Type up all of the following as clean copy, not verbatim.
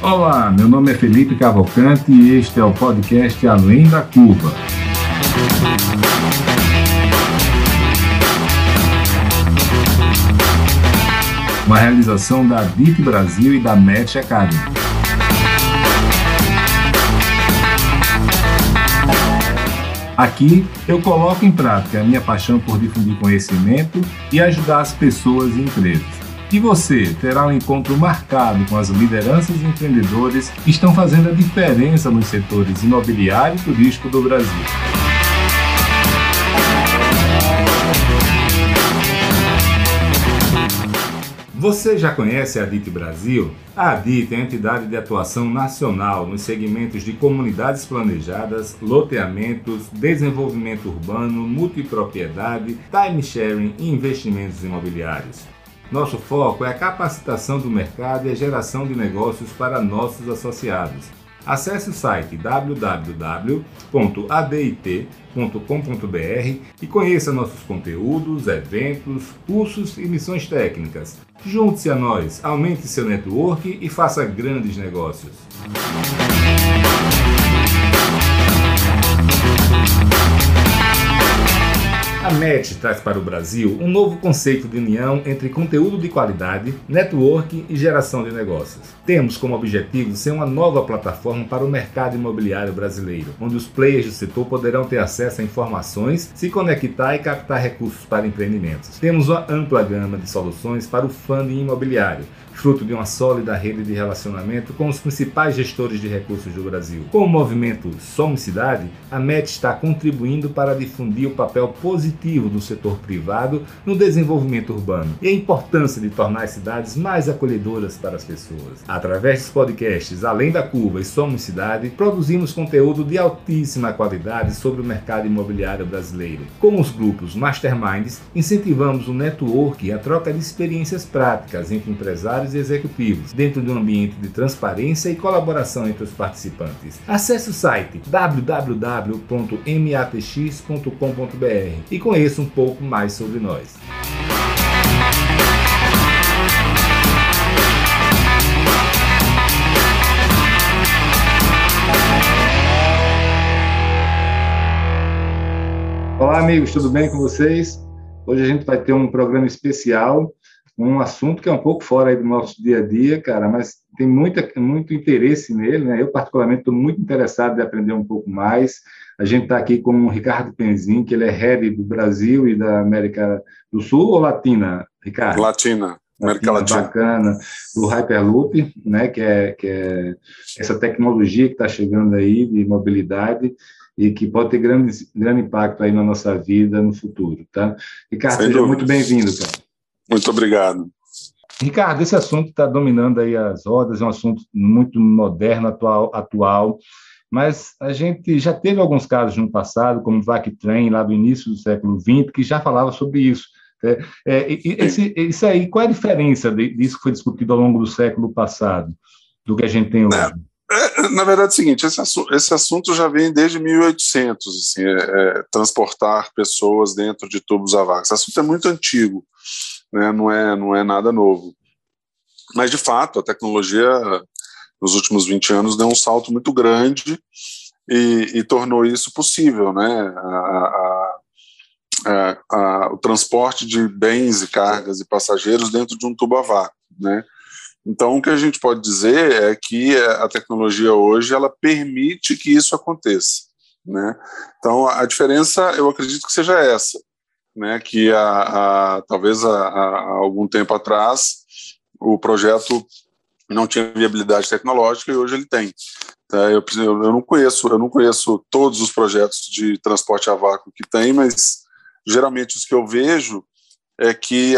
Olá, meu nome é Felipe Cavalcante e este é o podcast Além da Curva. Uma realização da DIT Brasil e da Match Academy. Aqui eu coloco em prática a minha paixão por difundir conhecimento e ajudar as pessoas e empresas. E você terá um encontro marcado com as lideranças e empreendedores que estão fazendo a diferença nos setores imobiliário e turístico do Brasil. Você já conhece a DIT Brasil? A DIT é a entidade de atuação nacional nos segmentos de comunidades planejadas, loteamentos, desenvolvimento urbano, multipropriedade, time-sharing e investimentos imobiliários. Nosso foco é a capacitação do mercado e a geração de negócios para nossos associados. Acesse o site www.adit.com.br e conheça nossos conteúdos, eventos, cursos e missões técnicas. Junte-se a nós, aumente seu network e faça grandes negócios. A Match traz para o Brasil um novo conceito de união entre conteúdo de qualidade, networking e geração de negócios. Temos como objetivo ser uma nova plataforma para o mercado imobiliário brasileiro, onde os players do setor poderão ter acesso a informações, se conectar e captar recursos para empreendimentos. Temos uma ampla gama de soluções para o funding imobiliário, fruto de uma sólida rede de relacionamento com os principais gestores de recursos do Brasil. Com o movimento Somos Cidade, a Match está contribuindo para difundir o papel positivo do setor privado no desenvolvimento urbano e a importância de tornar as cidades mais acolhedoras para as pessoas. Através dos podcasts Além da Curva e Somos Cidade, produzimos conteúdo de altíssima qualidade sobre o mercado imobiliário brasileiro. Com os grupos Masterminds, incentivamos o network e a troca de experiências práticas entre empresários e executivos, dentro de um ambiente de transparência e colaboração entre os participantes. Acesse o site www.matx.com.br e conheça um pouco mais sobre nós. Olá, amigos, tudo bem com vocês? Hoje a gente vai ter um programa especial, um assunto que é um pouco fora aí do nosso dia a dia, cara, mas tem muito interesse nele, né? Eu, particularmente, estou muito interessado em aprender um pouco mais. A gente está aqui com o Ricardo Penzin, que ele é head do Brasil e da América do Sul ou Latina, Ricardo? Latina, América Latina. Bacana, do Hyperloop, né? Que é essa tecnologia que está chegando aí de mobilidade e que pode ter grande impacto aí na nossa vida no futuro, tá? Ricardo, seja muito bem-vindo, cara. Muito obrigado. Ricardo, esse assunto está dominando aí as rodas, é um assunto muito moderno, atual, mas a gente já teve alguns casos no passado, como o VacTrain, lá do início do século XX, que já falava sobre isso. Isso aí, qual é a diferença disso que foi discutido ao longo do século passado, do que a gente tem hoje? Na verdade é o seguinte, esse assunto já vem desde 1800, assim, transportar pessoas dentro de tubos a vácuo. Esse assunto é muito antigo, né, não é nada novo. Mas, de fato, a tecnologia, nos últimos 20 anos, deu um salto muito grande e tornou isso possível, né? O transporte de bens e cargas e passageiros dentro de um tubo a vácuo, né? Então, o que a gente pode dizer é que a tecnologia hoje ela permite que isso aconteça, né? Então, a diferença, eu acredito que seja essa, né? Que talvez há algum tempo atrás o projeto não tinha viabilidade tecnológica e hoje ele tem. Eu não conheço todos os projetos de transporte a vácuo que tem, mas geralmente os que eu vejo é que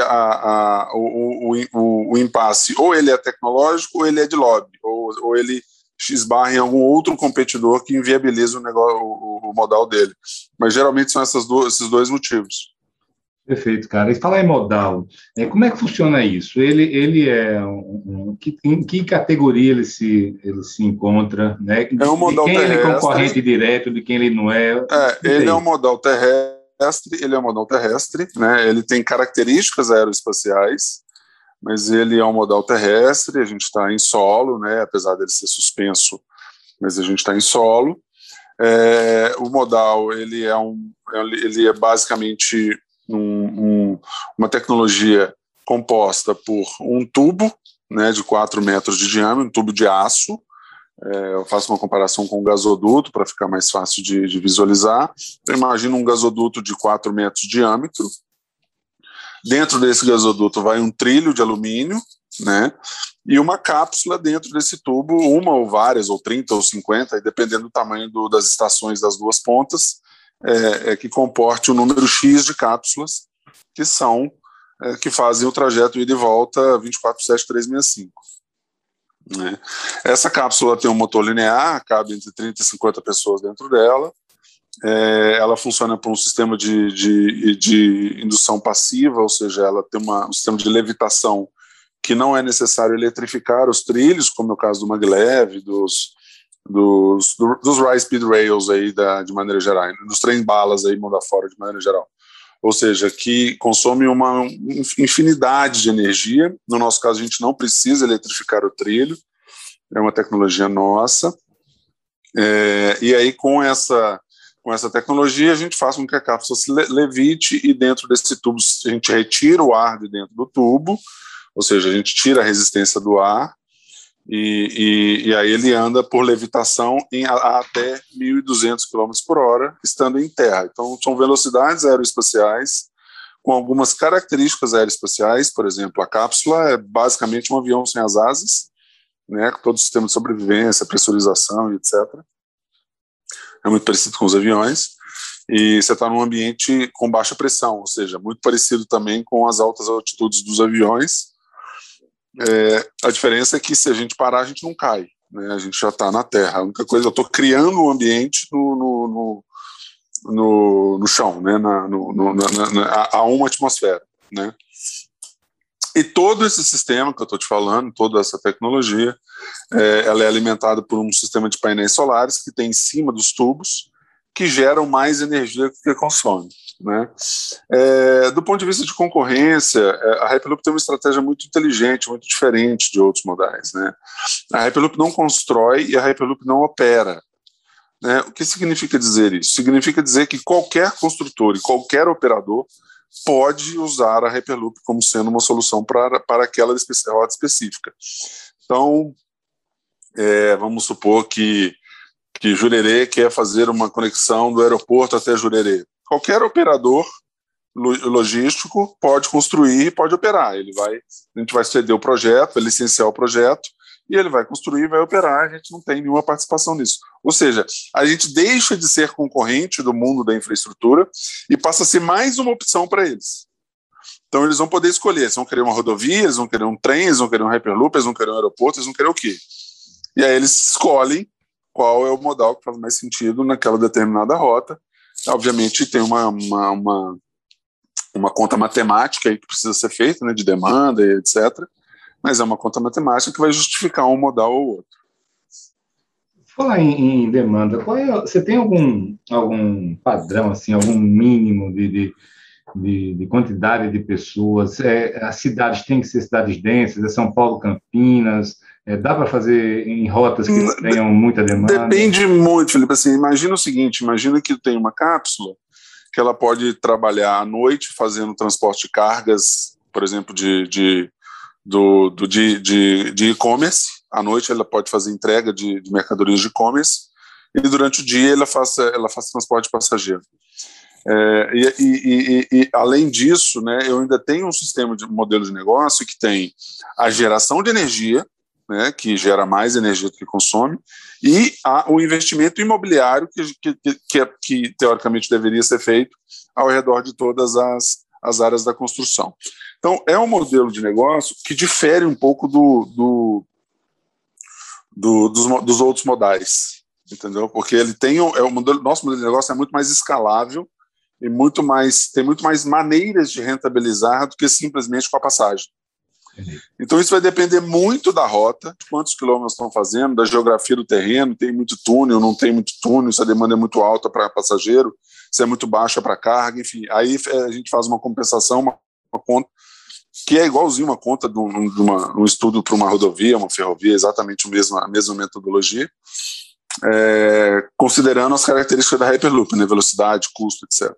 o impasse ou ele é tecnológico ou ele é de lobby, ou ele esbarra em algum outro competidor que inviabiliza o modal dele. Mas geralmente são esses dois motivos. Perfeito, cara. E falar em modal, como é que funciona isso? Ele é em que categoria ele se encontra, né? É um modal de quem terrestre. Ele é concorrente direto, de quem ele não é? Ele é um modal terrestre, né? Ele tem características aeroespaciais, mas ele é um modal terrestre, a gente está em solo, né, apesar dele ser suspenso, mas a gente está em solo. O modal ele é basicamente uma tecnologia composta por um tubo, né, de 4 metros de diâmetro, um tubo de aço. Eu faço uma comparação com um gasoduto para ficar mais fácil de visualizar. Eu imagino um gasoduto de 4 metros de diâmetro. Dentro desse gasoduto vai um trilho de alumínio, né, e uma cápsula dentro desse tubo, uma ou várias, ou 30 ou 50, dependendo do tamanho das estações das duas pontas, que comporte o número X de cápsulas, que fazem o trajeto ida e volta 24/7/365. Né? Essa cápsula tem um motor linear, cabe entre 30 e 50 pessoas dentro dela. Ela funciona por um sistema de indução passiva, ou seja, ela tem um sistema de levitação que não é necessário eletrificar os trilhos, como é o caso do maglev, dos high speed rails aí de maneira geral, dos trem-balas aí mundo afora de maneira geral. Ou seja, que consome uma infinidade de energia. No nosso caso, a gente não precisa eletrificar o trilho, é uma tecnologia nossa. E aí, com essa tecnologia, a gente faz com que a cápsula se levite e dentro desse tubo a gente retira o ar de dentro do tubo, ou seja, a gente tira a resistência do ar e aí ele anda por levitação a até 1.200 km por hora, estando em terra. Então, são velocidades aeroespaciais com algumas características aeroespaciais. Por exemplo, a cápsula é basicamente um avião sem as asas, né, com todo o sistema de sobrevivência, pressurização e etc. É muito parecido com os aviões, e você está num ambiente com baixa pressão, ou seja, muito parecido também com as altas altitudes dos aviões. A diferença é que se a gente parar, a gente não cai, né? A gente já está na terra. A única coisa, eu estou criando um ambiente no chão, né? A uma atmosfera, né? E todo esse sistema que eu estou te falando, toda essa tecnologia, ela é alimentada por um sistema de painéis solares que tem em cima dos tubos, que geram mais energia que consome. Né? Do ponto de vista de concorrência, a Hyperloop tem uma estratégia muito inteligente, muito diferente de outros modais. Né? A Hyperloop não constrói e a Hyperloop não opera. Né? O que significa dizer isso? Significa dizer que qualquer construtor e qualquer operador pode usar a Hyperloop como sendo uma solução para aquela rota específica. Então, vamos supor que Jurerê quer fazer uma conexão do aeroporto até Jurerê. Qualquer operador logístico pode construir e pode operar. A gente vai ceder o projeto, vai licenciar o projeto, e ele vai construir, vai operar, a gente não tem nenhuma participação nisso. Ou seja, a gente deixa de ser concorrente do mundo da infraestrutura e passa a ser mais uma opção para eles. Então eles vão poder escolher, eles vão querer uma rodovia, eles vão querer um trem, eles vão querer um Hyperloop, eles vão querer um aeroporto, eles vão querer o quê? E aí eles escolhem qual é o modal que faz mais sentido naquela determinada rota. Obviamente tem uma conta matemática aí que precisa ser feita, né, de demanda e etc., mas é uma conta matemática que vai justificar um modal ou outro. Falar em demanda, você tem algum padrão, assim, algum mínimo de quantidade de pessoas? As cidades têm que ser cidades densas, São Paulo, Campinas, dá para fazer em rotas que tenham muita demanda? Depende muito, Felipe. Assim, imagina o seguinte, imagina que tem uma cápsula que ela pode trabalhar à noite fazendo transporte de cargas, por exemplo, de e-commerce. À noite ela pode fazer entrega de mercadorias de e-commerce e durante o dia ela faz transporte de passageiro. E além disso, né, eu ainda tenho um modelo de negócio que tem a geração de energia, né, que gera mais energia do que consome, e o investimento imobiliário que teoricamente deveria ser feito ao redor de todas as áreas da construção. Então, é um modelo de negócio que difere um pouco dos outros modais, entendeu? Porque ele tem nosso modelo de negócio é muito mais escalável e tem muito mais maneiras de rentabilizar do que simplesmente com a passagem. Então isso vai depender muito da rota, de quantos quilômetros estão fazendo, da geografia do terreno, tem muito túnel, não tem muito túnel, se a demanda é muito alta para passageiro, se é muito baixa para carga, enfim. Aí a gente faz uma compensação, uma conta que é igualzinho uma conta de um estudo para uma rodovia, uma ferrovia, exatamente a mesma metodologia, considerando as características da Hyperloop, né, velocidade, custo, etc.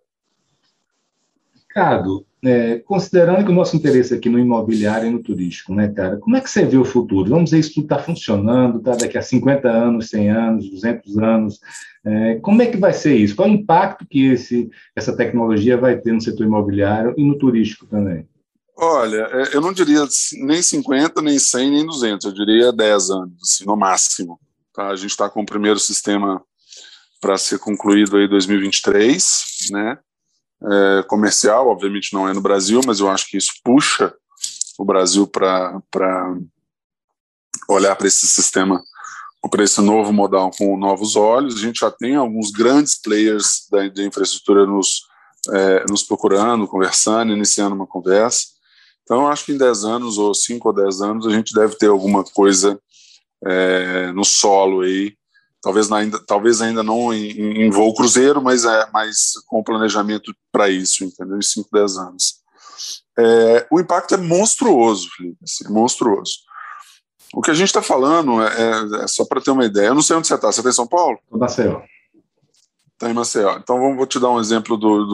Ricardo, considerando que o nosso interesse aqui no imobiliário e no turístico, né, cara, como é que você vê o futuro? Vamos dizer, isso tudo está funcionando, tá daqui a 50 anos, 100 anos, 200 anos, como é que vai ser isso? Qual é o impacto que essa tecnologia vai ter no setor imobiliário e no turístico também? Olha, eu não diria nem 50, nem 100, nem 200, eu diria 10 anos, assim, no máximo. Tá? A gente está com o primeiro sistema para ser concluído aí em 2023, né? Comercial, obviamente não é no Brasil, mas eu acho que isso puxa o Brasil para olhar para esse sistema, para esse novo modal com novos olhos. A gente já tem alguns grandes players da infraestrutura nos procurando, conversando, iniciando uma conversa. Então, eu acho que em 10 anos, ou 5 ou 10 anos, a gente deve ter alguma coisa no solo aí, talvez ainda não em voo cruzeiro, mas com planejamento para isso, entendeu? Em 5, 10 anos. O impacto é monstruoso, Felipe, assim, monstruoso. O que a gente está falando é só para ter uma ideia. Eu não sei onde você está. Você está em São Paulo? Estou em Maceió. Está em Maceió. Então, vou te dar um exemplo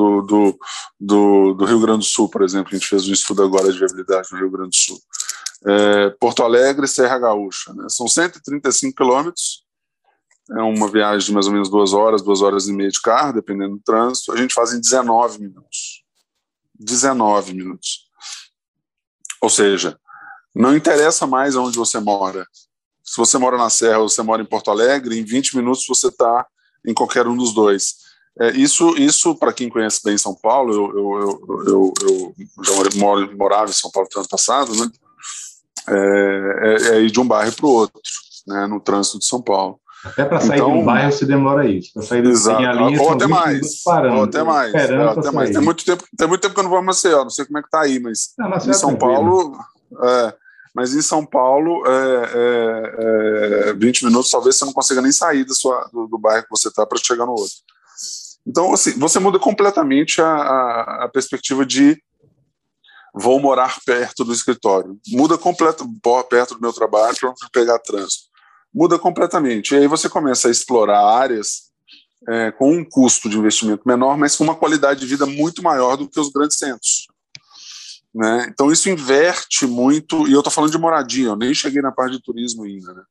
do Rio Grande do Sul, por exemplo. A gente fez um estudo agora de viabilidade no Rio Grande do Sul. Porto Alegre e Serra Gaúcha, né? São 135 quilômetros, é uma viagem de mais ou menos 2 horas e meia de carro, dependendo do trânsito. A gente faz em 19 minutos. 19 minutos. Ou seja, não interessa mais onde você mora. Se você mora na Serra ou você mora em Porto Alegre, em 20 minutos você está em qualquer um dos dois. Isso para quem conhece bem São Paulo, eu já morava em São Paulo no ano passado, né? Ir de um bairro para o outro, né, no trânsito de São Paulo. Até para sair de um bairro você demora isso. Para sair da linha, ou até mais. Parando, ou até mais. Até mais. Tem muito tempo que eu não vou a Maceió, não sei como é que está aí, mas em São Paulo. Mas em São Paulo, 20 minutos, talvez você não consiga nem sair do bairro que você está para chegar no outro. Então, assim, você muda completamente a perspectiva de vou morar perto do escritório. Muda perto do meu trabalho para pegar trânsito. Muda completamente. E aí você começa a explorar áreas com um custo de investimento menor, mas com uma qualidade de vida muito maior do que os grandes centros. Né? Então isso inverte muito, e eu estou falando de moradia, eu nem cheguei na parte de turismo ainda. Né?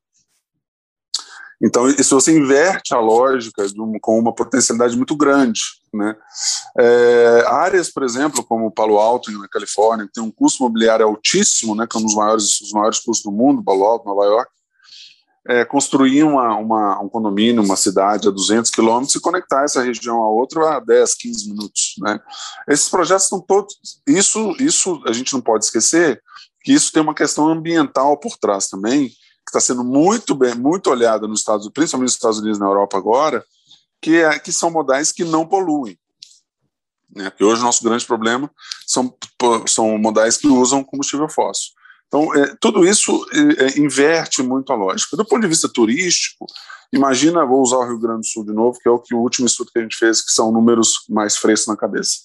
Então, se você inverte a lógica com uma potencialidade muito grande, né? Áreas, por exemplo, como Palo Alto, na Califórnia, que tem um custo imobiliário altíssimo, né, que é um dos maiores custos do mundo, Palo Alto, Nova York, construir um condomínio, uma cidade a 200 quilômetros e conectar essa região a outra a 10, 15 minutos. Né? Esses projetos estão todos... Isso a gente não pode esquecer, que isso tem uma questão ambiental por trás também, que está sendo muito olhada principalmente nos Estados Unidos e na Europa agora, que são modais que não poluem. Né? Porque hoje o nosso grande problema são modais que usam combustível fóssil. Então, tudo isso inverte muito a lógica. Do ponto de vista turístico, imagina, vou usar o Rio Grande do Sul de novo, que é o último estudo que a gente fez, que são números mais frescos na cabeça.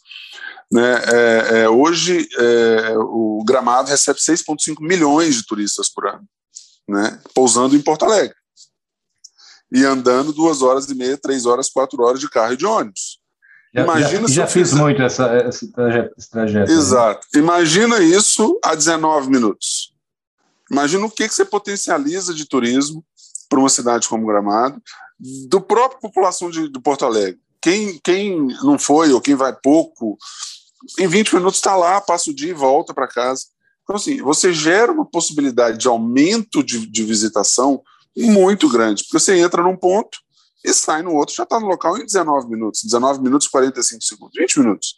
Né? Hoje, o Gramado recebe 6,5 milhões de turistas por ano, né? Pousando em Porto Alegre e andando 2 horas e meia, 3 horas, 4 horas de carro e de ônibus. Já fiz muito esse trajeto. Exato. Né? Imagina isso a 19 minutos. Imagina o que você potencializa de turismo para uma cidade como Gramado, do própria população de Porto Alegre. Quem não foi ou quem vai pouco, em 20 minutos está lá, passa o dia e volta para casa. Então, assim, você gera uma possibilidade de aumento de visitação muito grande, porque você entra num ponto e sai no outro, já está no local em 19 minutos e 45 segundos, 20 minutos.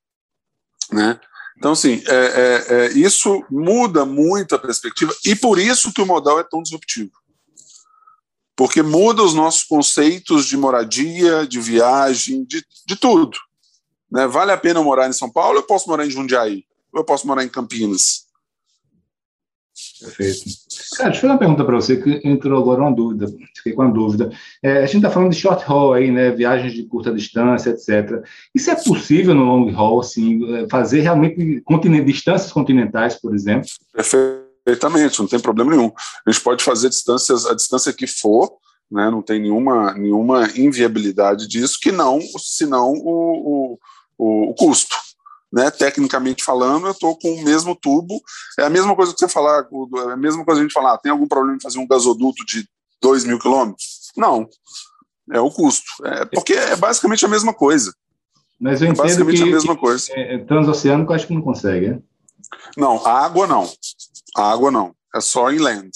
Né? Então, assim, isso muda muito a perspectiva e por isso que o modal é tão disruptivo. Porque muda os nossos conceitos de moradia, de viagem, de tudo. Né? Vale a pena eu morar em São Paulo ou eu posso morar em Jundiaí? Ou eu posso morar em Campinas? Perfeito. Cara, deixa eu fazer uma pergunta para você, que entrou agora uma dúvida, fiquei com uma dúvida. A gente está falando de short haul aí, né, viagens de curta distância, etc. Isso é possível no long haul, assim, fazer realmente distâncias continentais, por exemplo? Perfeitamente, não tem problema nenhum. A gente pode fazer a distância que for, né, não tem nenhuma inviabilidade disso, senão o custo. Né, tecnicamente falando, eu estou com o mesmo tubo. É a mesma coisa que você falar, é a mesma coisa a gente falar, tem algum problema em fazer um gasoduto de 2.000 quilômetros? Não, é o custo. Porque é basicamente a mesma coisa. Mas eu entendo que a mesma coisa. Transoceânico acho que não consegue, né? Não, a água não. A água não. É só inland.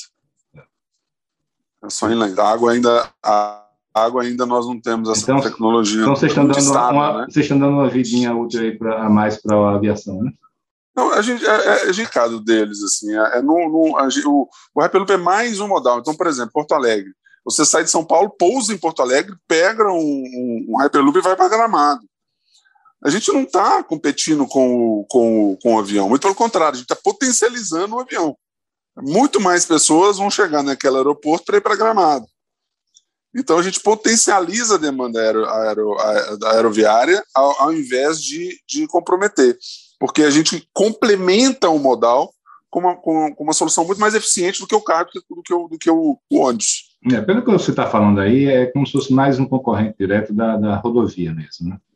É só inland. A água ainda nós não temos essa tecnologia. Então vocês estão dando uma vidinha útil aí a mais para a aviação, né? Não, a gente recado deles assim, o Hyperloop é mais um modal. Então, por exemplo, Porto Alegre. Você sai de São Paulo, pousa em Porto Alegre, pega um Hyperloop e vai para Gramado. A gente não está competindo com o avião, muito pelo contrário, a gente está potencializando o avião. Muito mais pessoas vão chegar naquele aeroporto para ir para Gramado. Então, a gente potencializa a demanda aeroviária ao invés de comprometer, porque a gente complementa o modal com uma solução muito mais eficiente do que o carro, do que o ônibus. Pelo que você está falando aí, é como se fosse mais um concorrente direto da rodovia mesmo, né?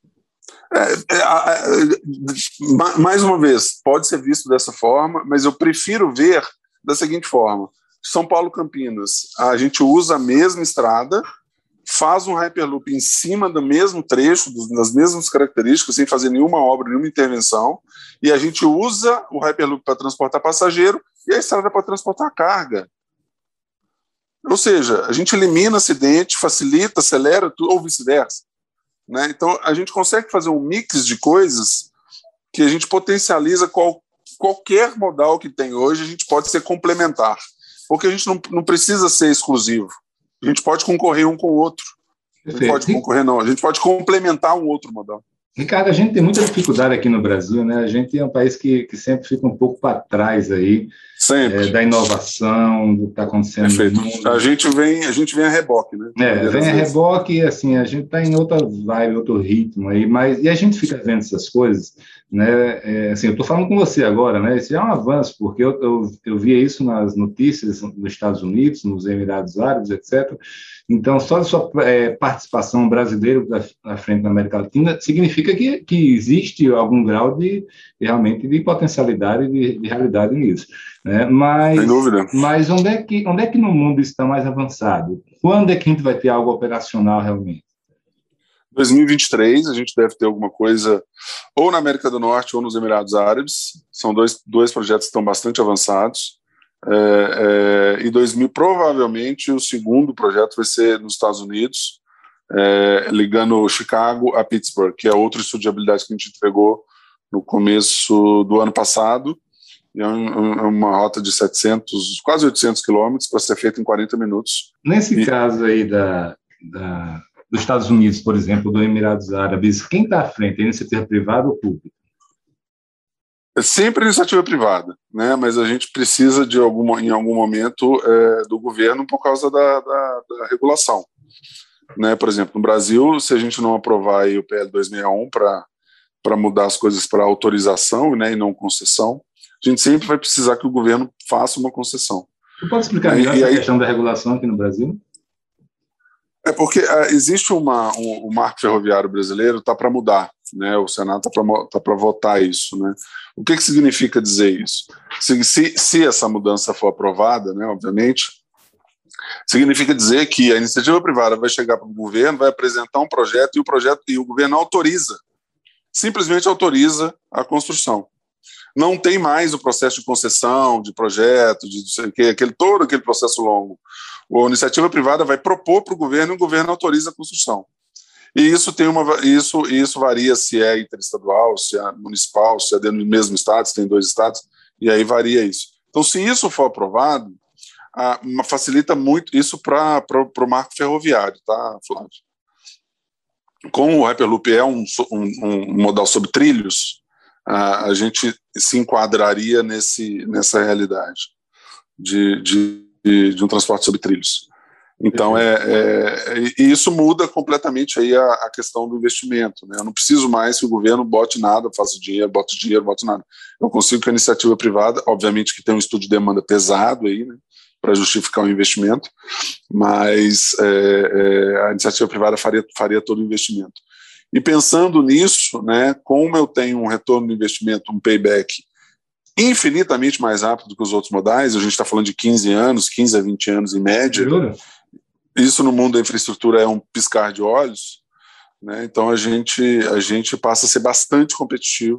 Mais uma vez, pode ser visto dessa forma, mas eu prefiro ver da seguinte forma. São Paulo-Campinas, a gente usa a mesma estrada, faz um Hyperloop em cima do mesmo trecho, das mesmas características, sem fazer nenhuma obra, nenhuma intervenção, e a gente usa o Hyperloop para transportar passageiro e a estrada para transportar carga. Ou seja, a gente elimina acidente, facilita, acelera, ou vice-versa. Né? Então, a gente consegue fazer um mix de coisas que a gente potencializa qualquer modal que tem hoje, a gente pode ser complementar. Porque a gente não precisa ser exclusivo. A gente pode concorrer um com o outro. A gente pode complementar um outro modal. Ricardo, a gente tem muita dificuldade aqui no Brasil, né? A gente é um país que sempre fica um pouco para trás aí da inovação, do que está acontecendo no mundo. A gente vem a reboque, né? Vem a reboque e assim, a gente está em outra vibe, outro ritmo aí, e a gente fica vendo essas coisas, né? Assim, eu estou falando com você agora, né? Isso é um avanço, porque eu via isso nas notícias dos Estados Unidos, nos Emirados Árabes, etc. Então, só a sua participação brasileira na frente da América Latina significa que existe algum grau realmente de potencialidade e de realidade nisso. Né? Sem dúvida. Mas onde é que no mundo isso está mais avançado? Quando é que a gente vai ter algo operacional realmente? 2023, a gente deve ter alguma coisa ou na América do Norte ou nos Emirados Árabes. São dois projetos que estão bastante avançados. E provavelmente o segundo projeto vai ser nos Estados Unidos, ligando Chicago a Pittsburgh, que é outro estudo de habilidade que a gente entregou no começo do ano passado. E é uma rota de 700, quase 800 quilômetros para ser feita em 40 minutos. Nesse caso aí dos Estados Unidos, por exemplo, do Emirados Árabes, quem está à frente? A iniciativa privada ou pública? É sempre iniciativa privada, né? Mas a gente precisa em algum momento do governo por causa da regulação. Né? Por exemplo, no Brasil, se a gente não aprovar aí o PL 261 para mudar as coisas para autorização, né, e não concessão, a gente sempre vai precisar que o governo faça uma concessão. Você pode explicar melhor essa questão da regulação aqui no Brasil? É porque existe o marco ferroviário brasileiro, está para mudar, né? O Senado está para votar isso, né? O que significa dizer isso? Se essa mudança for aprovada, né, obviamente, significa dizer que a iniciativa privada vai chegar para o governo, vai apresentar um projeto e o governo simplesmente autoriza a construção. Não tem mais o processo de concessão, de projeto, de todo aquele processo longo. A iniciativa privada vai propor para o governo e o governo autoriza a construção. E isso varia se é interestadual, se é municipal, se é dentro do mesmo estado, se tem 2 estados, e aí varia isso. Então, se isso for aprovado, facilita muito isso para o marco ferroviário, tá, Flávio? Como o Hyperloop é um modal sobre trilhos, a gente se enquadraria nessa realidade. de um transporte sobre trilhos. Então, e isso muda completamente aí a questão do investimento, né? Eu não preciso mais que o governo bote nada, faça dinheiro, bote nada. Eu consigo que a iniciativa privada, obviamente que tem um estudo de demanda pesado aí, né, para justificar o investimento, mas a iniciativa privada faria todo o investimento. E pensando nisso, né, como eu tenho um retorno do investimento, um payback infinitamente mais rápido do que os outros modais, a gente está falando de 15 a 20 anos em média. Jura? Isso no mundo da infraestrutura é um piscar de olhos, né? Então a gente passa a ser bastante competitivo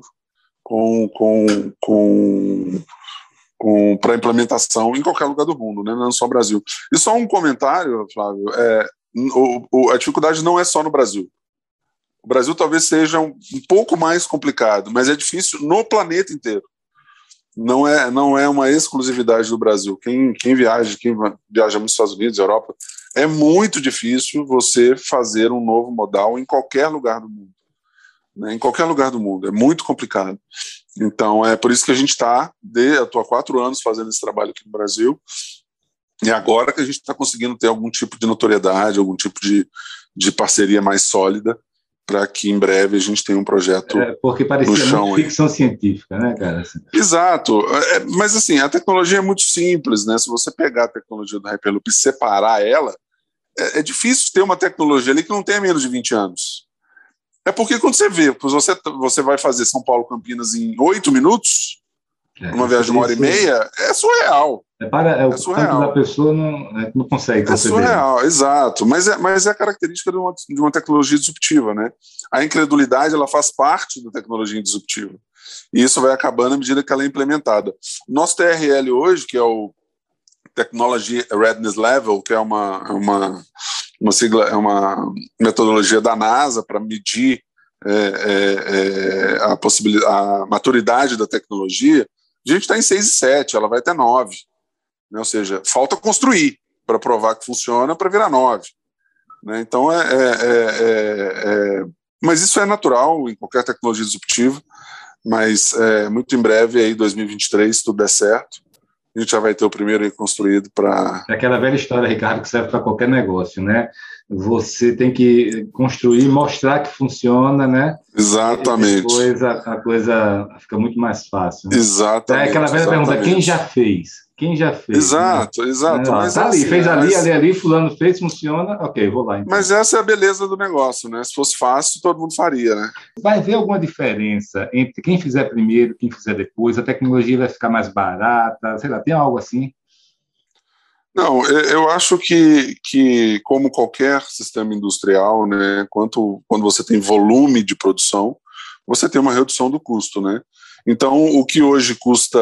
para implementação em qualquer lugar do mundo, né? Não só no Brasil. E só um comentário, Flávio, a dificuldade não é só no Brasil. O Brasil talvez seja um pouco mais complicado, mas é difícil no planeta inteiro. Não é uma exclusividade do Brasil. Quem viaja muito nos Estados Unidos, Europa, é muito difícil você fazer um novo modal em qualquer lugar do mundo. Né? Em qualquer lugar do mundo. É muito complicado. Então, é por isso que a gente está, estou há 4 anos fazendo esse trabalho aqui no Brasil, e agora que a gente está conseguindo ter algum tipo de notoriedade, algum tipo de parceria mais sólida, para que em breve a gente tenha um projeto porque parecia muito ficção científica, né, cara? Exato, mas assim, a tecnologia é muito simples, né? Se você pegar a tecnologia do Hyperloop e separar ela, é difícil ter uma tecnologia ali que não tenha menos de 20 anos. É porque quando você vê, você vai fazer São Paulo-Campinas em 8 minutos, uma viagem de 1h30, é surreal. O surreal. Da pessoa não consegue conceber. É surreal, exato. Mas é a característica de uma tecnologia disruptiva, né? A incredulidade, ela faz parte da tecnologia disruptiva. E isso vai acabando à medida que ela é implementada. Nosso TRL hoje, que é o Technology Readiness Level, que é uma sigla, é uma metodologia da NASA para medir a maturidade da tecnologia, a gente está em 6,7, ela vai até 9. Né? Ou seja, falta construir para provar que funciona para virar 9. Né? Então, mas isso é natural em qualquer tecnologia disruptiva, mas muito em breve, aí 2023, se tudo der certo, a gente já vai ter o primeiro aí construído para... É aquela velha história, Ricardo, que serve para qualquer negócio, né? Você tem que construir, mostrar que funciona, né? Exatamente. E depois a coisa fica muito mais fácil. Né? Exatamente. É aquela velha pergunta, quem já fez? Quem já fez? Exato, né? Exato. Mas tá ali, assim, fez ali, fulano fez, funciona, ok, vou lá. Então. Mas essa é a beleza do negócio, né? Se fosse fácil, todo mundo faria, né? Vai haver alguma diferença entre quem fizer primeiro, quem fizer depois? A tecnologia vai ficar mais barata? Sei lá, tem algo assim? Não, eu acho que como qualquer sistema industrial, né, quando você tem volume de produção, você tem uma redução do custo, né? Então, o que hoje custa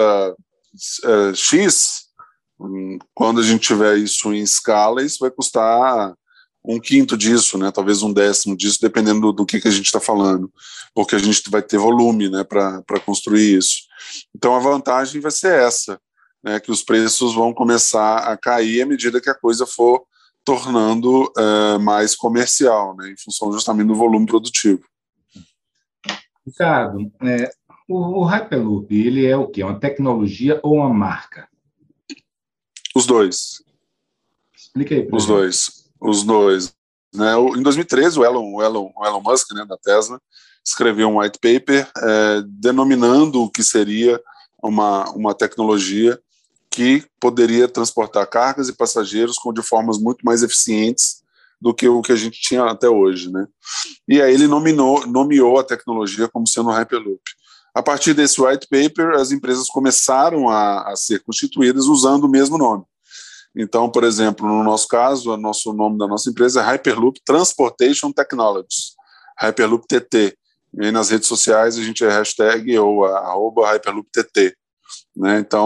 X, quando a gente tiver isso em escala, isso vai custar 1/5 disso, né? Talvez 1/10 disso, dependendo do que a gente está falando, porque a gente vai ter volume, né, para construir isso. Então, a vantagem vai ser essa. Né, que os preços vão começar a cair à medida que a coisa for tornando mais comercial, né, em função justamente do volume produtivo. Ricardo, o Hyperloop, ele é o quê? Uma tecnologia ou uma marca? Os dois. Explica aí. Os dois. Né, em 2013, o Elon Musk, né, da Tesla, escreveu um white paper denominando o que seria uma tecnologia que poderia transportar cargas e passageiros de formas muito mais eficientes do que o que a gente tinha até hoje, né? E aí ele nomeou a tecnologia como sendo o Hyperloop. A partir desse white paper, as empresas começaram a ser constituídas usando o mesmo nome. Então, por exemplo, no nosso caso, o nome da nossa empresa é Hyperloop Transportation Technologies, Hyperloop TT. E aí nas redes sociais a gente é hashtag ou @HyperloopTT. Né? Então,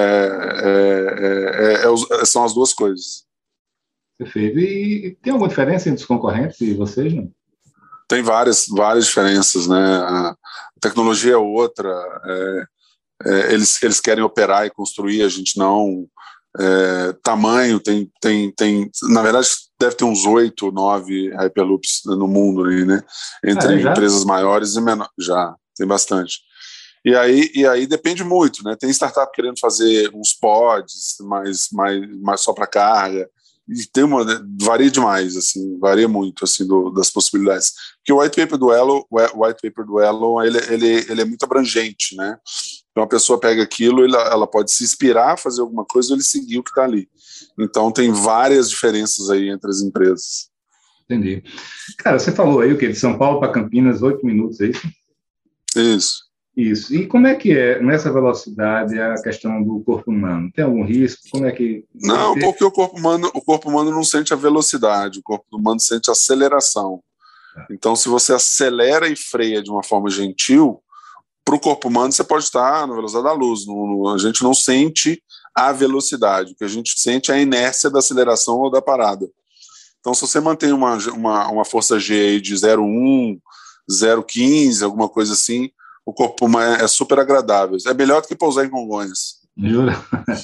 são as duas coisas. Perfeito. E tem alguma diferença entre os concorrentes e vocês, não? Tem várias diferenças, né? A tecnologia é outra, eles querem operar e construir, a gente não. Tamanho, na verdade, deve ter uns 8 ou 9 Hyperloops no mundo, né? Entre empresas maiores e menores. Já, tem bastante. E aí depende muito, né? Tem startup querendo fazer uns pods mais só para carga, e varia demais, assim, varia muito assim das possibilidades. Porque o white paper do Elon, ele é muito abrangente, né? Então a pessoa pega aquilo, ela pode se inspirar a fazer alguma coisa ou ele seguir o que está ali. Então tem várias diferenças aí entre as empresas. Entendi. Cara, você falou aí o quê? De São Paulo para Campinas, 8 minutos, é isso? Isso. Isso. E como é que é, nessa velocidade, a questão do corpo humano? Tem algum risco? Como é que... Não, porque o corpo humano não sente a velocidade, o corpo humano sente a aceleração. Então, se você acelera e freia de uma forma gentil, para o corpo humano você pode estar na velocidade da luz. A gente não sente a velocidade, o que a gente sente é a inércia da aceleração ou da parada. Então, se você mantém uma força G aí de 0,1, 0,15, alguma coisa assim, o corpo humano é super agradável. É melhor do que pousar em Congonhas. Jura?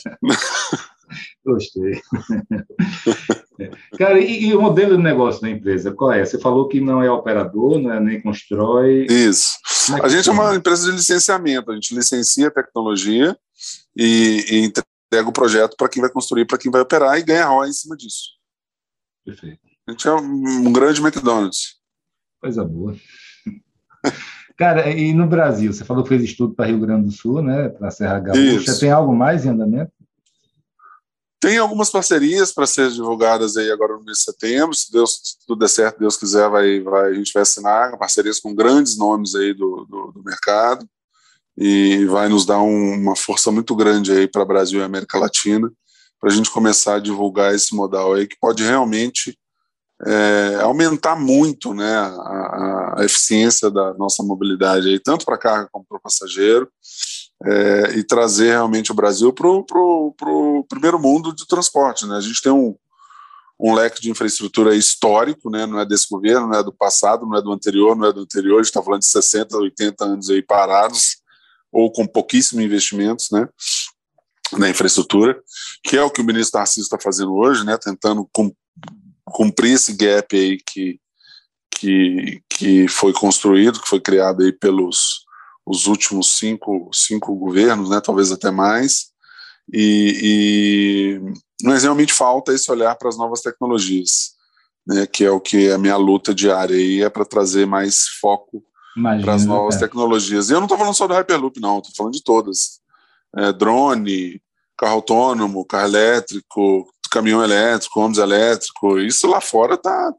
Gostei. Cara, e o modelo de negócio da empresa, qual é? Você falou que não é operador, não é, nem constrói. Isso. A gente é uma empresa de licenciamento, a gente licencia a tecnologia e entrega o projeto para quem vai construir, para quem vai operar e ganha ROI em cima disso. Perfeito. A gente é um grande McDonald's. Coisa boa. Cara, e no Brasil, você falou que fez estudo para Rio Grande do Sul, né? Para Serra Gaúcha. Isso. Tem algo mais em andamento? Tem algumas parcerias para ser divulgadas aí agora no mês de setembro. Se tudo der certo, Deus quiser, a gente vai assinar parcerias com grandes nomes aí do mercado e vai nos dar uma força muito grande aí para o Brasil e América Latina, para a gente começar a divulgar esse modal aí que pode realmente aumentar muito, né, a eficiência da nossa mobilidade aí, tanto para carga como para o passageiro, e trazer realmente o Brasil para o primeiro mundo de transporte, né? A gente tem um leque de infraestrutura histórico, né? Não é desse governo, não é do passado, não é do anterior, a gente está falando de 60, 80 anos aí parados, ou com pouquíssimos investimentos, né, na infraestrutura, que é o que o ministro Tarcísio está fazendo hoje, né, tentando cumprir esse gap aí que foi construído, que foi criado aí pelos os últimos cinco governos, né, talvez até mais, mas realmente falta esse olhar para as novas tecnologias, né, que é o que é a minha luta diária aí, é para trazer mais foco para as novas tecnologias. E eu não estou falando só do Hyperloop, não, estou falando de todas. Drone, carro autônomo, carro elétrico, caminhão elétrico, ônibus elétrico, isso lá fora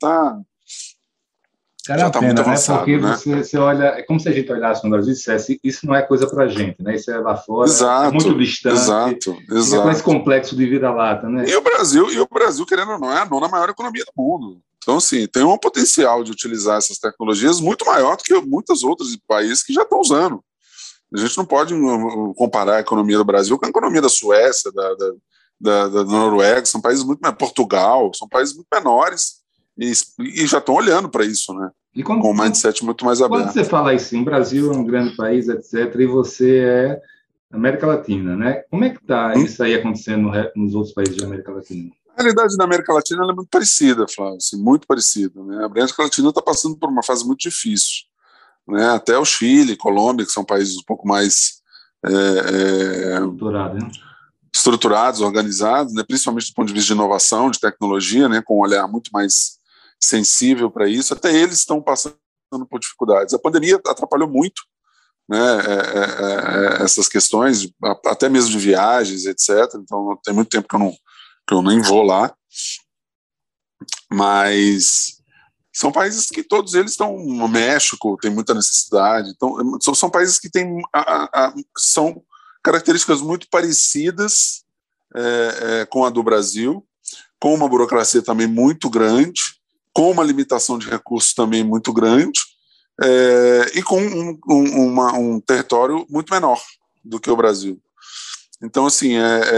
já está muito avançado, né? Porque você olha, é como se a gente olhasse no Brasil e dissesse, isso não é coisa para a gente, né? Isso é lá fora, exato, é muito distante, exato. com esse complexo de vira-lata, né? E o Brasil, querendo ou não, é a nona maior economia do mundo. Então, assim, tem um potencial de utilizar essas tecnologias muito maior do que muitos outros países que já estão usando. A gente não pode comparar a economia do Brasil com a economia da Suécia, da Noruega, são países muito menores, Portugal, são países muito menores e já estão olhando para isso, né? Com um mindset muito mais aberto. Quando você fala assim, o Brasil é um grande país, etc., e você é América Latina, né? Como é que está isso aí acontecendo nos outros países da América Latina? A realidade da América Latina é muito parecida, Flávio, assim, muito parecida, né? A América Latina está passando por uma fase muito difícil, né? Até o Chile, Colômbia, que são países um pouco mais estruturados, organizados, né? Principalmente do ponto de vista de inovação, de tecnologia, né? Com um olhar muito mais sensível para isso, até eles estão passando por dificuldades. A pandemia atrapalhou muito, né, essas questões, até mesmo de viagens, etc. Então, tem muito tempo que eu nem vou lá, mas são países que todos eles estão no México, tem muita necessidade, então são países que têm são características muito parecidas com a do Brasil, com uma burocracia também muito grande, com uma limitação de recursos também muito grande, e com um território muito menor do que o Brasil. Então, assim,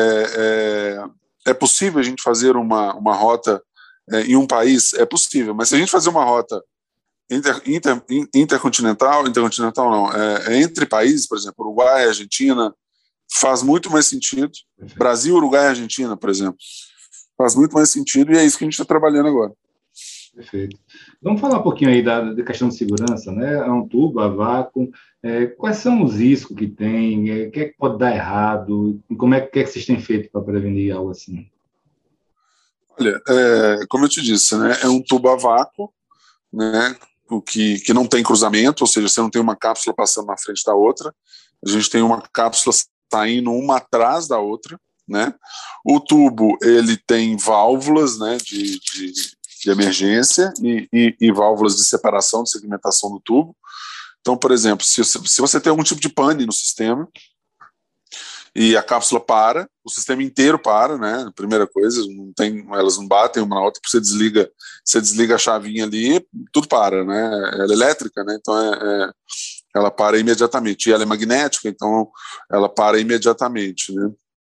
é possível a gente fazer uma rota em um país? É possível, mas se a gente fazer uma rota intercontinental não, entre países, por exemplo, Uruguai e Argentina, faz muito mais sentido. Brasil, Uruguai e Argentina, por exemplo, faz muito mais sentido, e é isso que a gente está trabalhando agora. Perfeito. Vamos falar um pouquinho aí da questão de segurança, né? É um tubo a vácuo. Quais são os riscos que tem? O que é que pode dar errado? E como é que vocês têm feito para prevenir algo assim? Olha, como eu te disse, né, é um tubo a vácuo, né, o que não tem cruzamento, ou seja, você não tem uma cápsula passando na frente da outra. A gente tem uma cápsula saindo uma atrás da outra, né? O tubo ele tem válvulas, né, de emergência e válvulas de separação, de segmentação do tubo. Então, por exemplo, se você tem algum tipo de pane no sistema e a cápsula para, o sistema inteiro para, né? Primeira coisa, elas não batem uma na outra, você desliga a chavinha ali, tudo para, né? Ela é elétrica, né? Então ela para imediatamente. E ela é magnética, então ela para imediatamente, né?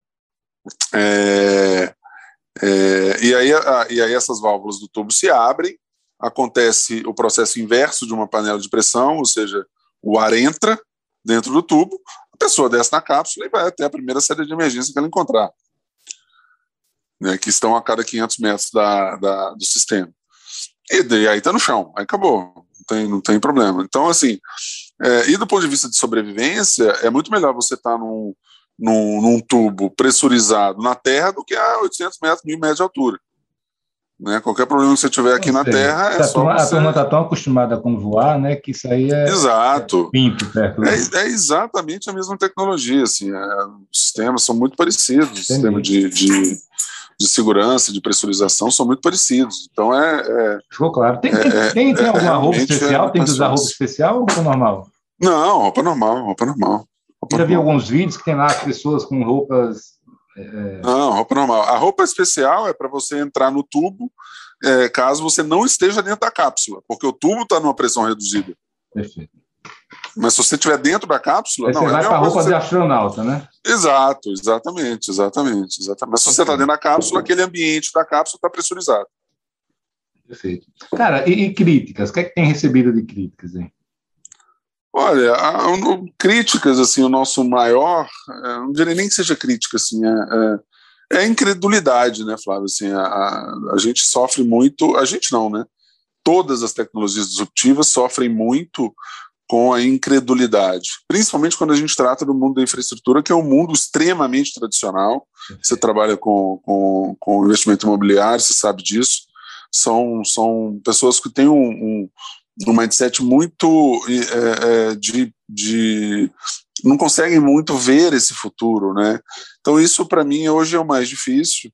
E aí essas válvulas do tubo se abrem, acontece o processo inverso de uma panela de pressão, ou seja, o ar entra dentro do tubo, a pessoa desce na cápsula e vai até a primeira saída de emergência que ela encontrar, né, que estão a cada 500 metros do sistema. E aí está no chão, aí acabou, não tem problema. Então, assim, e do ponto de vista de sobrevivência, é muito melhor você estar num tubo pressurizado na terra do que a 800 metros, 1.000 metros de altura. Né? Qualquer problema que você tiver aqui na terra é só A turma está tão acostumada com voar, né, que isso aí Exato. Pinto perto. É exatamente a mesma tecnologia. Assim, os sistemas são muito parecidos, o sistema de segurança, de pressurização são muito parecidos. Então Ficou claro. Tem alguma roupa especial? Tem que usar roupa especial ou roupa normal? Não, roupa normal. Eu já vi alguns vídeos que tem lá as pessoas com roupas... Não, roupa normal. A roupa especial é para você entrar no tubo caso você não esteja dentro da cápsula, porque o tubo está numa pressão reduzida. Perfeito. Mas se você estiver dentro da cápsula... Você vai para a roupa de astronauta, né? Exato, exatamente. Mas se você está dentro da cápsula, aquele ambiente da cápsula está pressurizado. Perfeito. Cara, e críticas? O que é que tem recebido de críticas aí? Olha, críticas, assim, o nosso maior, não diria nem que seja crítica, assim, é a incredulidade, né, Flávio? Assim, a gente sofre muito, a gente não, né? Todas as tecnologias disruptivas sofrem muito com a incredulidade, principalmente quando a gente trata do mundo da infraestrutura, que é um mundo extremamente tradicional. Você trabalha com investimento imobiliário, você sabe disso. São pessoas que têm um mindset muito não conseguem muito ver esse futuro, né? Então isso para mim hoje é o mais difícil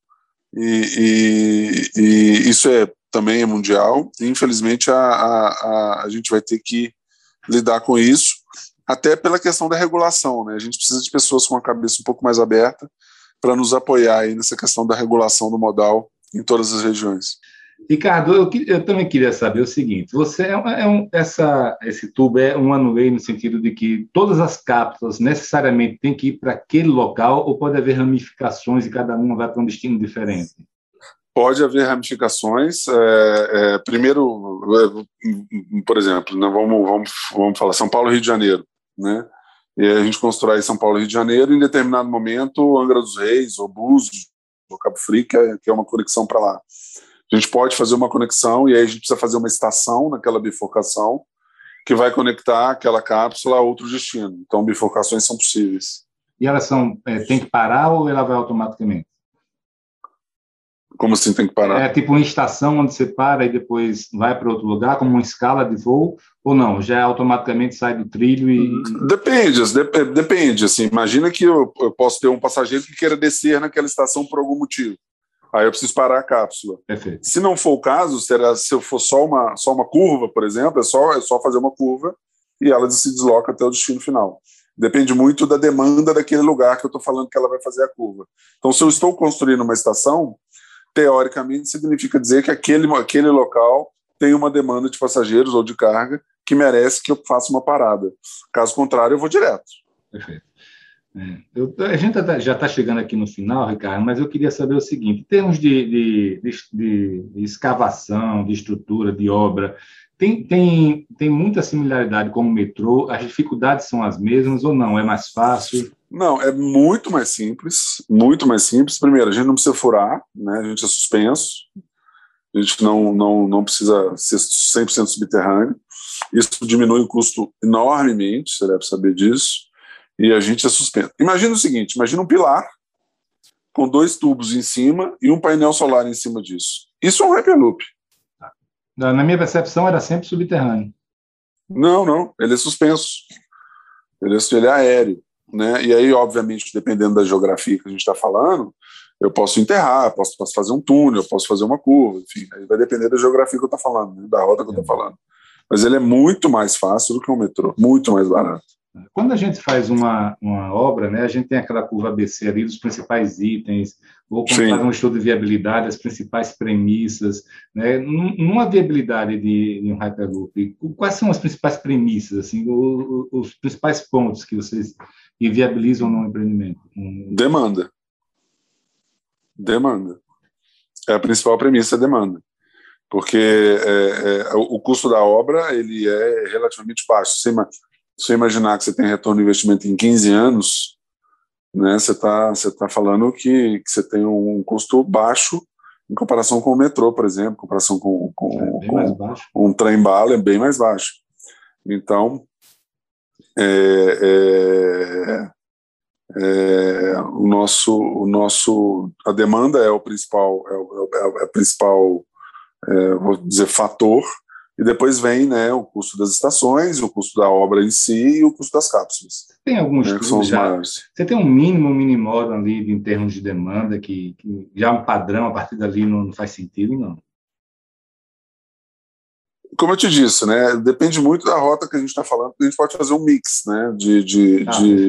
e isso também é mundial. E, infelizmente a gente vai ter que lidar com isso, até pela questão da regulação, né? A gente precisa de pessoas com a cabeça um pouco mais aberta para nos apoiar aí nessa questão da regulação do modal em todas as regiões. Ricardo, eu também queria saber o seguinte: você esse tubo é um one-way no sentido de que todas as cápsulas necessariamente têm que ir para aquele local ou pode haver ramificações e cada uma vai para um destino diferente? Pode haver ramificações. Primeiro, por exemplo, né, vamos falar São Paulo, Rio de Janeiro, né? E a gente constrói São Paulo, Rio de Janeiro, em determinado momento, Angra dos Reis, ou Búzios, ou Cabo Frio, que é uma conexão para lá. A gente pode fazer uma conexão e aí a gente precisa fazer uma estação naquela bifurcação que vai conectar aquela cápsula a outro destino. Então, bifurcações são possíveis. E elas tem que parar ou ela vai automaticamente? Como assim tem que parar? É tipo uma estação onde você para e depois vai para outro lugar, como uma escala de voo, ou não? Já automaticamente sai do trilho e... Depende. Assim, imagina que eu posso ter um passageiro que queira descer naquela estação por algum motivo. Aí eu preciso parar a cápsula. Perfeito. Se não for o caso, se eu for só uma curva, por exemplo, é só fazer uma curva e ela se desloca até o destino final. Depende muito da demanda daquele lugar que eu estou falando que ela vai fazer a curva. Então, se eu estou construindo uma estação, teoricamente significa dizer que aquele local tem uma demanda de passageiros ou de carga que merece que eu faça uma parada. Caso contrário, eu vou direto. Perfeito. A gente já está chegando aqui no final, Ricardo, mas eu queria saber o seguinte: em termos de escavação, de estrutura, de obra, tem muita similaridade com o metrô? As dificuldades são as mesmas ou não? É mais fácil? Não, é muito mais simples, muito mais simples. Primeiro, a gente não precisa furar, né? A gente é suspenso. A gente não precisa ser 100% subterrâneo. Isso diminui o custo enormemente, você deve saber disso, e a gente é suspenso. Imagina o seguinte, imagina um pilar com 2 tubos em cima e um painel solar em cima disso. Isso é um Hyperloop. Na minha percepção, era sempre subterrâneo. Não, ele é suspenso. Ele é aéreo, né? E aí, obviamente, dependendo da geografia que a gente está falando, eu posso enterrar, posso fazer um túnel, eu posso fazer uma curva, enfim, aí vai depender da geografia que eu estou falando, né? Da rota que eu estou falando. Mas ele é muito mais fácil do que um metrô, muito mais barato. Quando a gente faz uma obra, né, a gente tem aquela curva ABC ali dos principais itens, ou quando faz um estudo de viabilidade, as principais premissas, né, numa viabilidade de um Hyperloop, quais são as principais premissas, assim, os principais pontos que vocês viabilizam no empreendimento? Demanda. A principal premissa é demanda. Porque o custo da obra ele é relativamente baixo. Se você imaginar que você tem retorno de investimento em 15 anos, né, você tá falando que você tem um custo baixo em comparação com o metrô, por exemplo, em comparação com um trem-bala, é bem mais baixo. Então, a demanda é o principal, vou dizer, fator, e depois vem, né, o custo das estações, o custo da obra em si e o custo das cápsulas. Tem alguns estudos já? Você tem um minimum ali em termos de demanda que já um padrão, a partir dali não faz sentido, não? Como eu te disse, né, depende muito da rota que a gente está falando, porque a gente pode fazer um mix, né, de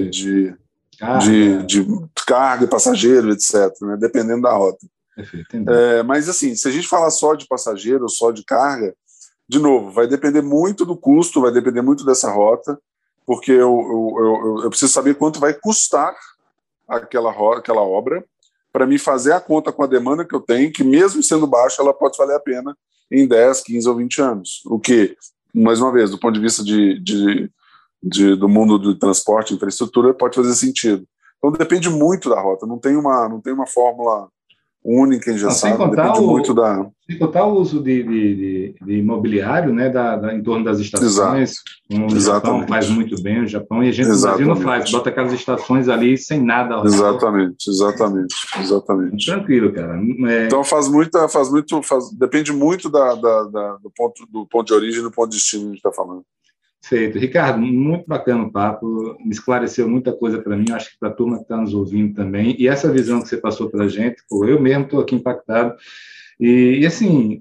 carga e passageiro, etc., né, dependendo da rota. Perfeito, mas assim, se a gente falar só de passageiro ou só de carga, de novo, vai depender muito do custo, vai depender muito dessa rota, porque eu preciso saber quanto vai custar aquela obra para me fazer a conta com a demanda que eu tenho, que mesmo sendo baixa, ela pode valer a pena em 10, 15 ou 20 anos. O que, mais uma vez, do ponto de vista do mundo do transporte e infraestrutura, pode fazer sentido. Então depende muito da rota, não tem uma fórmula única, engessada, depende muito da... Sem contar o uso de imobiliário, né, em torno das estações. O Japão faz muito bem, o Japão, e a gente no Brasil não faz, bota aquelas estações ali sem nada. Exatamente. Tranquilo, cara. Então depende muito do ponto de origem e do ponto de destino que a gente está falando. Perfeito. Ricardo, muito bacana o papo, me esclareceu muita coisa para mim, acho que para a turma que está nos ouvindo também, e essa visão que você passou para a gente, eu mesmo estou aqui impactado, e assim,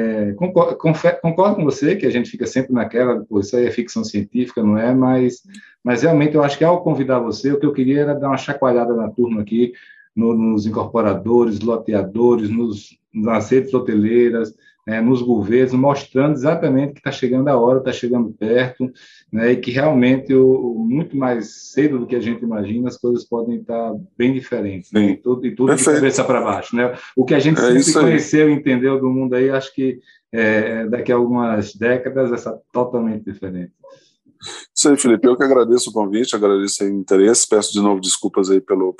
concordo com você, que a gente fica sempre naquela, isso aí é ficção científica, não é? Mas realmente eu acho que ao convidar você, o que eu queria era dar uma chacoalhada na turma aqui, nos incorporadores, loteadores, nas redes hoteleiras, nos governos, mostrando exatamente que está chegando a hora, está chegando perto, né, e que realmente, muito mais cedo do que a gente imagina, as coisas podem estar bem diferentes, né, e tudo de cabeça para baixo. Né? O que a gente sempre conheceu e entendeu do mundo aí, acho que daqui a algumas décadas vai estar totalmente diferente. Isso aí, Felipe, eu que agradeço o convite, agradeço aí o interesse, peço de novo desculpas aí por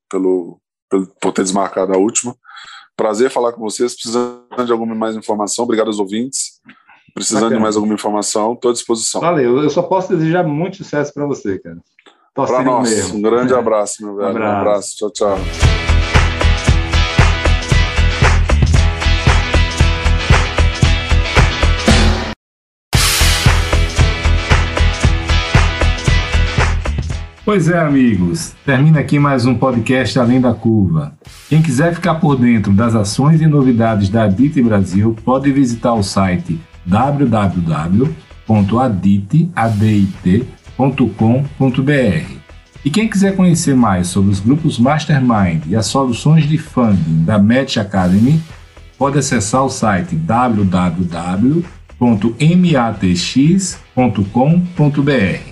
ter desmarcado a última. Prazer falar com vocês, precisando de alguma mais informação, obrigado aos ouvintes, precisando de mais alguma informação, estou à disposição. Valeu, eu só posso desejar muito sucesso para você, cara. Para nós, mesmo. Um grande abraço, meu velho, um abraço, tchau. Pois é, amigos, termina aqui mais um podcast Além da Curva. Quem quiser ficar por dentro das ações e novidades da ADIT Brasil, pode visitar o site www.adit.com.br. E quem quiser conhecer mais sobre os grupos Mastermind e as soluções de funding da Match Academy, pode acessar o site www.matx.com.br.